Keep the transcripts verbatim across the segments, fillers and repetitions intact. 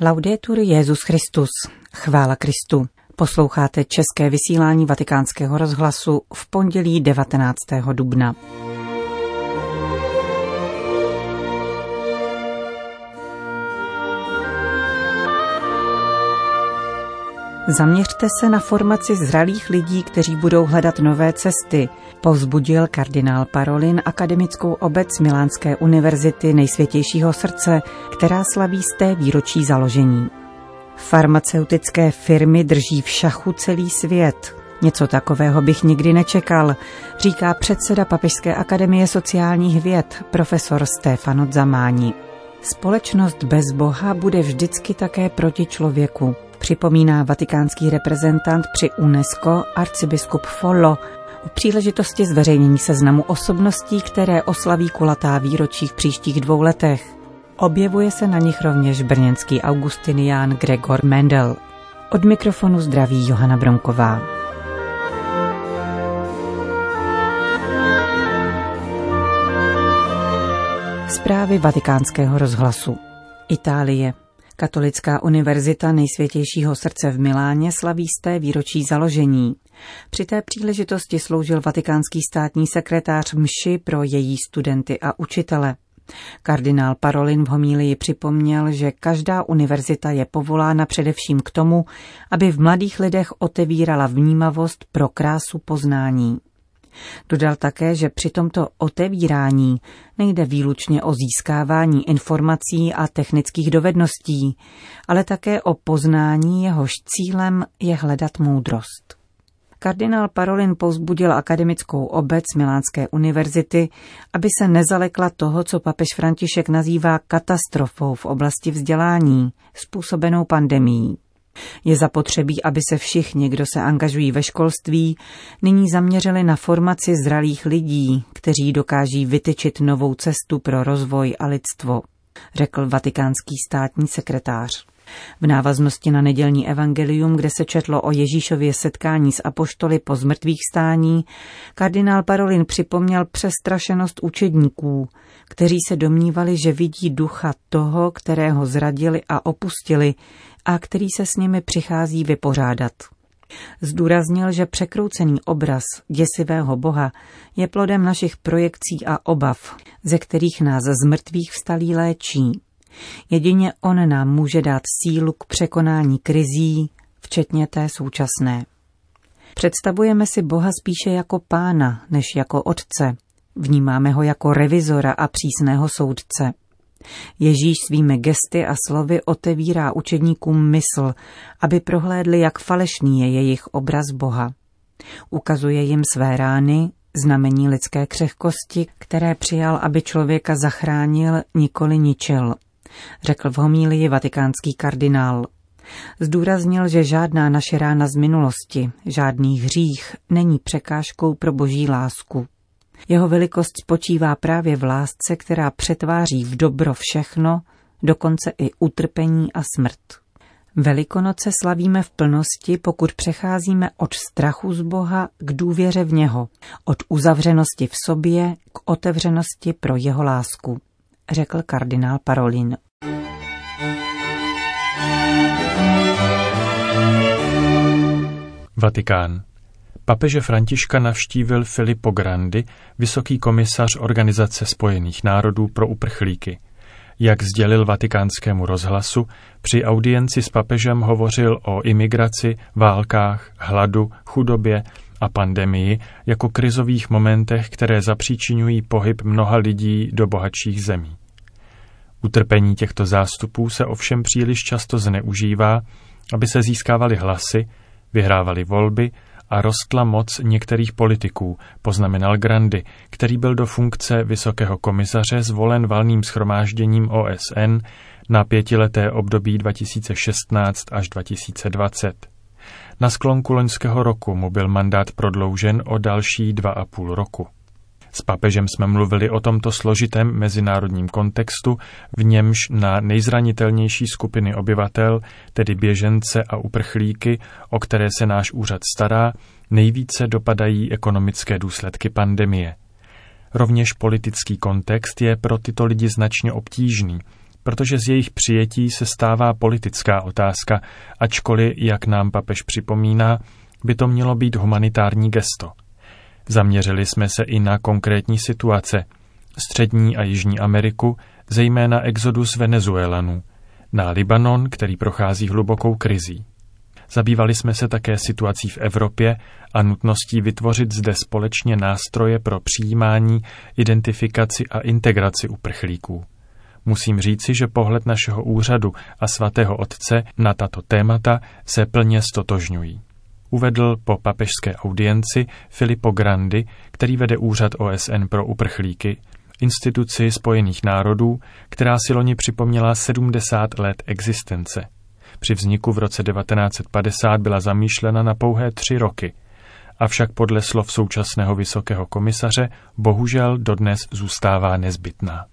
Laudetur Jesus Christus. Chvála Kristu. Posloucháte české vysílání Vatikánského rozhlasu v pondělí devatenáctého dubna. Zaměřte se na formaci zralých lidí, kteří budou hledat nové cesty, povzbudil kardinál Parolin akademickou obec Milánské univerzity Nejsvětějšího srdce, která slaví sté výročí založení. Farmaceutické firmy drží v šachu celý svět. Něco takového bych nikdy nečekal, říká předseda Papežské akademie sociálních věd, profesor Stefano Zamani. Společnost bez Boha bude vždycky také proti člověku, připomíná vatikánský reprezentant při UNESCO arcibiskup Follo u příležitosti zveřejnění seznamu osobností, které oslaví kulatá výročí v příštích dvou letech. Objevuje se na nich rovněž brněnský augustinián Gregor Mendel. Od mikrofonu zdraví Johana Bronková. Zprávy Vatikánského rozhlasu. Itálie. Katolická univerzita Nejsvětějšího srdce v Miláně slaví sté výročí založení. Při té příležitosti sloužil vatikánský státní sekretář mši pro její studenty a učitele. Kardinál Parolin v homílii připomněl, že každá univerzita je povolána především k tomu, aby v mladých lidech otevírala vnímavost pro krásu poznání. Dodal také, že při tomto otevírání nejde výlučně o získávání informací a technických dovedností, ale také o poznání, jehož cílem je hledat moudrost. Kardinál Parolin povzbudil akademickou obec Milánské univerzity, aby se nezalekla toho, co papež František nazývá katastrofou v oblasti vzdělání, způsobenou pandemií. Je zapotřebí, aby se všichni, kdo se angažují ve školství, nyní zaměřili na formaci zralých lidí, kteří dokáží vytyčit novou cestu pro rozvoj a lidstvo, řekl vatikánský státní sekretář. V návaznosti na nedělní evangelium, kde se četlo o Ježíšově setkání s apoštoly po zmrtvýchvstání, kardinál Parolin připomněl přestrašenost učedníků, kteří se domnívali, že vidí ducha toho, kterého zradili a opustili a který se s nimi přichází vypořádat. Zdůraznil, že překroucený obraz děsivého Boha je plodem našich projekcí a obav, ze kterých nás z mrtvých vstalí léčí. Jedině on nám může dát sílu k překonání krizí, včetně té současné. Představujeme si Boha spíše jako pána, než jako otce. Vnímáme ho jako revizora a přísného soudce. Ježíš svými gesty a slovy otevírá učedníkům mysl, aby prohlédli, jak falešný je jejich obraz Boha. Ukazuje jim své rány, znamení lidské křehkosti, které přijal, aby člověka zachránil, nikoli ničil, řekl v homílii vatikánský kardinál. Zdůraznil, že žádná naše rána z minulosti, žádný hřích není překážkou pro boží lásku. Jeho velikost spočívá právě v lásce, která přetváří v dobro všechno, dokonce i utrpení a smrt. Velikonoce slavíme v plnosti, pokud přecházíme od strachu z Boha k důvěře v něho, od uzavřenosti v sobě k otevřenosti pro jeho lásku, řekl kardinál Parolin. Vatikán. Papeže Františka navštívil Filippo Grandi, vysoký komisař Organizace spojených národů pro uprchlíky. Jak sdělil vatikánskému rozhlasu, při audienci s papežem hovořil o imigraci, válkách, hladu, chudobě a pandemii jako krizových momentech, které zapříčiňují pohyb mnoha lidí do bohatších zemí. Utrpení těchto zástupů se ovšem příliš často zneužívá, aby se získávaly hlasy, vyhrávaly volby a rostla moc některých politiků, poznamenal Grandi, který byl do funkce vysokého komisaře zvolen valným shromážděním O S N na pětileté období dva tisíce šestnáct až dva tisíce dvacet. Na sklonku loňského roku mu byl mandát prodloužen o další dva a půl roku. S papežem jsme mluvili o tomto složitém mezinárodním kontextu, v němž na nejzranitelnější skupiny obyvatel, tedy běžence a uprchlíky, o které se náš úřad stará, nejvíce dopadají ekonomické důsledky pandemie. Rovněž politický kontext je pro tyto lidi značně obtížný, protože z jejich přijetí se stává politická otázka, ačkoliv, jak nám papež připomíná, by to mělo být humanitární gesto. Zaměřili jsme se i na konkrétní situace, Střední a Jižní Ameriku, zejména exodus Venezuelanů, na Libanon, který prochází hlubokou krizí. Zabývali jsme se také situací v Evropě a nutností vytvořit zde společně nástroje pro přijímání, identifikaci a integraci uprchlíků. Musím říci, že pohled našeho úřadu a svatého otce na tato témata se plně stotožňují. Uvedl po papežské audienci Filippo Grandi, který vede úřad O S N pro uprchlíky, instituci Spojených národů, která si loni připomněla sedmdesát let existence. Při vzniku v roce devatenáct set padesát byla zamýšlena na pouhé tři roky, avšak podle slov současného vysokého komisaře bohužel dodnes zůstává nezbytná.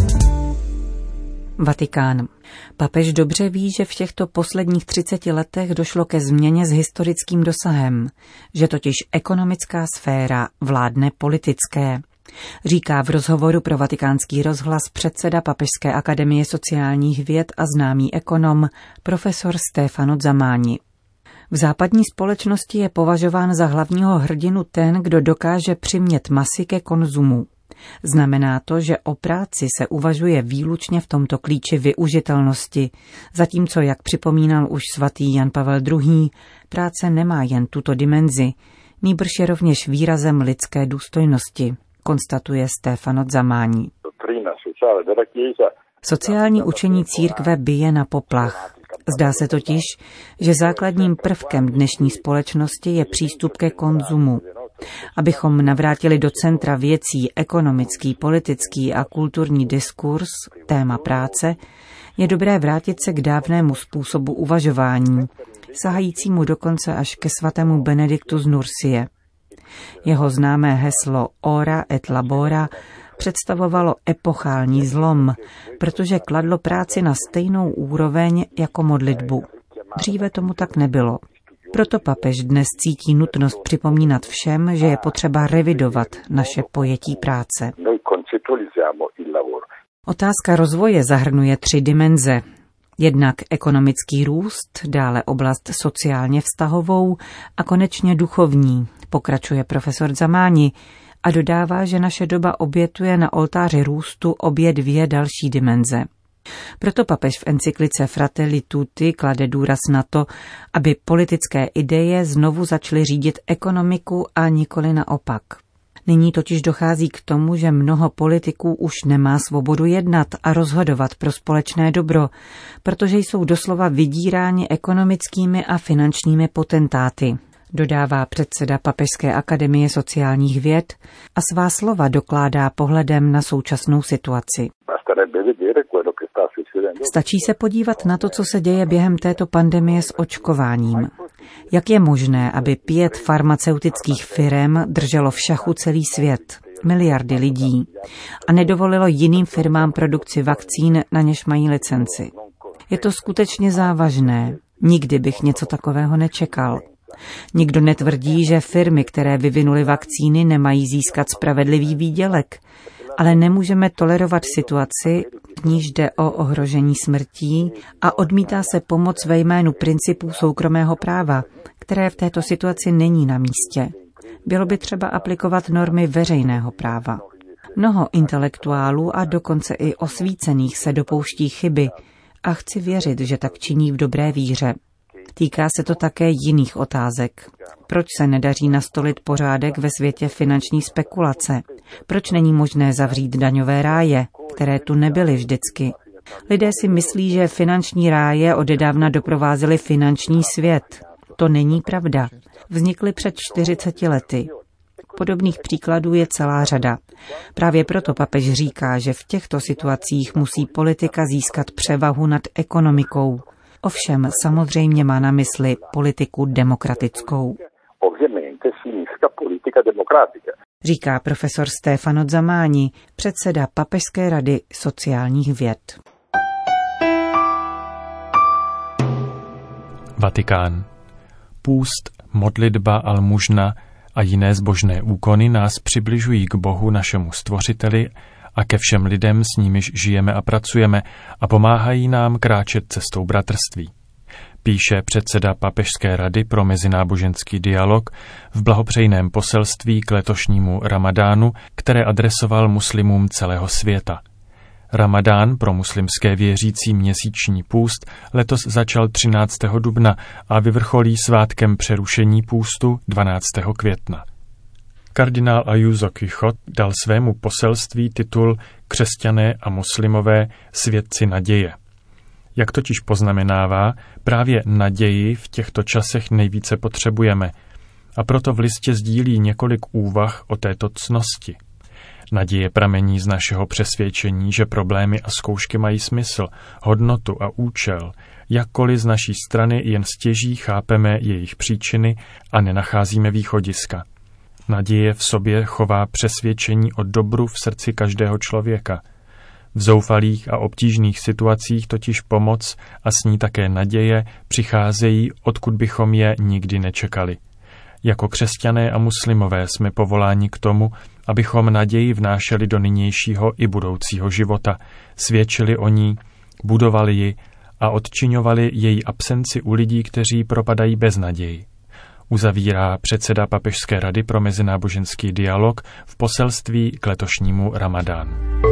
Vatikán. Papež dobře ví, že v těchto posledních třiceti letech došlo ke změně s historickým dosahem, že totiž ekonomická sféra vládne politické. Říká v rozhovoru pro Vatikánský rozhlas předseda Papežské akademie sociálních věd a známý ekonom profesor Stefano Zamagni. V západní společnosti je považován za hlavního hrdinu ten, kdo dokáže přimět masy ke konzumu. Znamená to, že o práci se uvažuje výlučně v tomto klíči využitelnosti, zatímco, jak připomínal už svatý Jan Pavel druhý., práce nemá jen tuto dimenzi, nýbrž je rovněž výrazem lidské důstojnosti, konstatuje Stefano Zamagni. Sociální učení církve bije na poplach. Zdá se totiž, že základním prvkem dnešní společnosti je přístup ke konzumu. Abychom navrátili do centra věcí ekonomický, politický a kulturní diskurs, téma práce, je dobré vrátit se k dávnému způsobu uvažování, sahajícímu dokonce až ke svatému Benediktu z Nursie. Jeho známé heslo Ora et labora představovalo epochální zlom, protože kladlo práci na stejnou úroveň jako modlitbu. Dříve tomu tak nebylo. Proto papež dnes cítí nutnost připomínat všem, že je potřeba revidovat naše pojetí práce. Otázka rozvoje zahrnuje tři dimenze. Jednak ekonomický růst, dále oblast sociálně vztahovou a konečně duchovní, pokračuje profesor Zamagni a dodává, že naše doba obětuje na oltáři růstu obě dvě další dimenze. Proto papež v encyklice Fratelli Tutti klade důraz na to, aby politické ideje znovu začaly řídit ekonomiku a nikoli naopak. Nyní totiž dochází k tomu, že mnoho politiků už nemá svobodu jednat a rozhodovat pro společné dobro, protože jsou doslova vydíráni ekonomickými a finančními potentáty, dodává předseda Papežské akademie sociálních věd a svá slova dokládá pohledem na současnou situaci. Stačí se podívat na to, co se děje během této pandemie s očkováním. Jak je možné, aby pět farmaceutických firem drželo v šachu celý svět, miliardy lidí, a nedovolilo jiným firmám produkci vakcín, na něž mají licenci? Je to skutečně závažné. Nikdy bych něco takového nečekal. Nikdo netvrdí, že firmy, které vyvinuly vakcíny, nemají získat spravedlivý výdělek, ale nemůžeme tolerovat situaci, v níž jde o ohrožení smrtí a odmítá se pomoc ve jménu principů soukromého práva, které v této situaci není na místě. Bylo by třeba aplikovat normy veřejného práva. Mnoho intelektuálů a dokonce i osvícených se dopouští chyby a chci věřit, že tak činí v dobré víře. Týká se to také jiných otázek. Proč se nedaří nastolit pořádek ve světě finanční spekulace? Proč není možné zavřít daňové ráje, které tu nebyly vždycky? Lidé si myslí, že finanční ráje odedávna doprovázely finanční svět. To není pravda. Vznikly před čtyřiceti lety. Podobných příkladů je celá řada. Právě proto papež říká, že v těchto situacích musí politika získat převahu nad ekonomikou. Ovšem samozřejmě má na mysli politiku demokratickou. Říká profesor Stefano Zamagni, předseda Papežské rady sociálních věd. Vatikán. Půst, modlitba, almužna a jiné zbožné úkony nás přibližují k Bohu, našemu stvořiteli, a ke všem lidem, s nimiž žijeme a pracujeme a pomáhají nám kráčet cestou bratrství. Píše předseda Papežské rady pro mezináboženský dialog v blahopřejném poselství k letošnímu Ramadánu, které adresoval muslimům celého světa. Ramadán pro muslimské věřící měsíční půst letos začal třináctého dubna a vyvrcholí svátkem přerušení půstu dvanáctého května. Kardinál Ayuso Quichot dal svému poselství titul Křesťané a muslimové svědci naděje. Jak totiž poznamenává, právě naději v těchto časech nejvíce potřebujeme a proto v listě sdílí několik úvah o této ctnosti. Naděje pramení z našeho přesvědčení, že problémy a zkoušky mají smysl, hodnotu a účel, jakkoliv z naší strany jen stěží chápeme jejich příčiny a nenacházíme východiska. Naděje v sobě chová přesvědčení o dobru v srdci každého člověka. V zoufalých a obtížných situacích totiž pomoc a s ní také naděje přicházejí, odkud bychom je nikdy nečekali. Jako křesťané a muslimové jsme povoláni k tomu, abychom naději vnášeli do nynějšího i budoucího života, svědčili o ní, budovali ji a odčiňovali její absenci u lidí, kteří propadají bez naději. Uzavírá předseda Papežské rady pro mezináboženský dialog v poselství k letošnímu Ramadánu.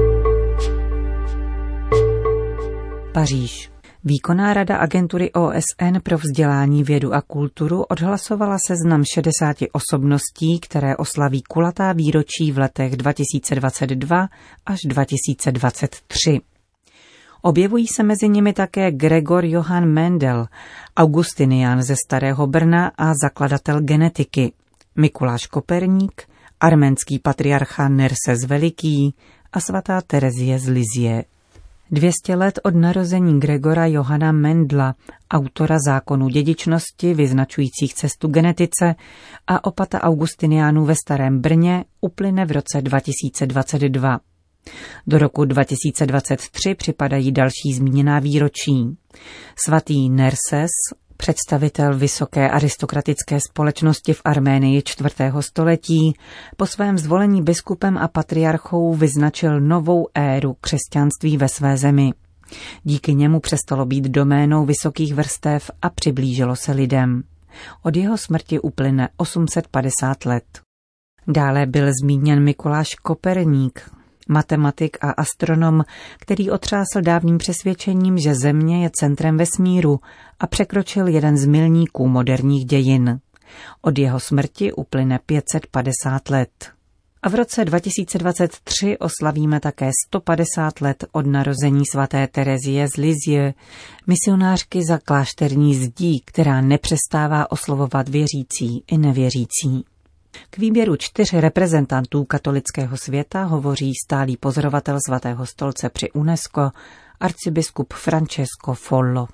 Paříž. Výkonná rada agentury O S N pro vzdělání, vědu a kulturu odhlasovala seznam šedesáti osobností, které oslaví kulatá výročí v letech dva tisíce dvacet dva až dva tisíce dvacet tři. Objevují se mezi nimi také Gregor Johann Mendel, Augustinian ze Starého Brna a zakladatel genetiky, Mikuláš Koperník, arménský patriarcha Nerses Veliký a svatá Terezie z Lizie. Dvě stě let od narození Gregora Johanna Mendla, autora zákonů dědičnosti vyznačujících cestu genetice, a opata Augustiniánů ve Starém Brně uplyne v roce dva tisíce dvacet dva. Do roku dva tisíce dvacet tři připadají další zmíněná výročí. Svatý Nerses, představitel vysoké aristokratické společnosti v Arménii čtvrtého století, po svém zvolení biskupem a patriarchou vyznačil novou éru křesťanství ve své zemi. Díky němu přestalo být doménou vysokých vrstev a přiblížilo se lidem. Od jeho smrti uplyne osm set padesát let. Dále byl zmíněn Mikuláš Koperník, matematik a astronom, který otřásl dávným přesvědčením, že Země je centrem vesmíru a překročil jeden z milníků moderních dějin. Od jeho smrti uplyne pět set padesát let. A v roce dva tisíce dvacet tři oslavíme také sto padesát let od narození svaté Terezie z Lizie, misionářky za klášterní zdí, která nepřestává oslovovat věřící i nevěřící. K výběru čtyř reprezentantů katolického světa hovoří stálý pozorovatel Svatého stolce při UNESCO, arcibiskup Francesco Follo.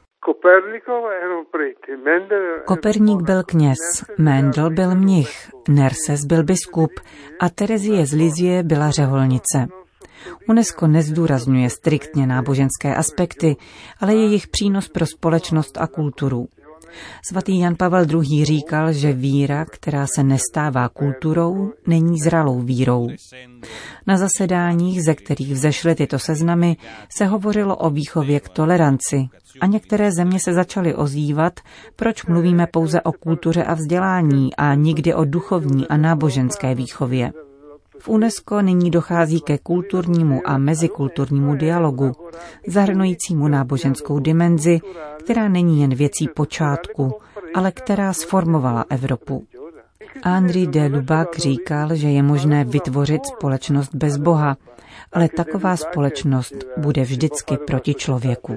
Koperník byl kněz, Mendel byl mnich, Nerses byl biskup a Terezie z Lizie byla řeholnice. UNESCO nezdůrazňuje striktně náboženské aspekty, ale jejich přínos pro společnost a kulturu. Svatý Jan Pavel druhý. Říkal, že víra, která se nestává kulturou, není zralou vírou. Na zasedáních, ze kterých vzešly tyto seznamy, se hovořilo o výchově k toleranci a některé země se začaly ozývat, proč mluvíme pouze o kultuře a vzdělání a nikdy o duchovní a náboženské výchově. V UNESCO nyní dochází ke kulturnímu a mezikulturnímu dialogu, zahrnujícímu náboženskou dimenzi, která není jen věcí počátku, ale která sformovala Evropu. Henri de Lubac říkal, že je možné vytvořit společnost bez Boha, ale taková společnost bude vždycky proti člověku.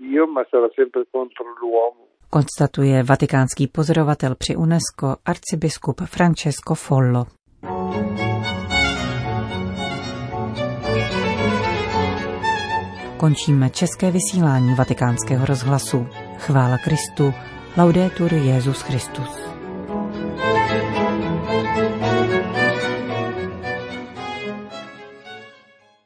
Konstatuje vatikánský pozorovatel při UNESCO arcibiskup Francesco Follo. Končíme české vysílání Vatikánského rozhlasu. Chvála Kristu, laudetur Jesus Christus.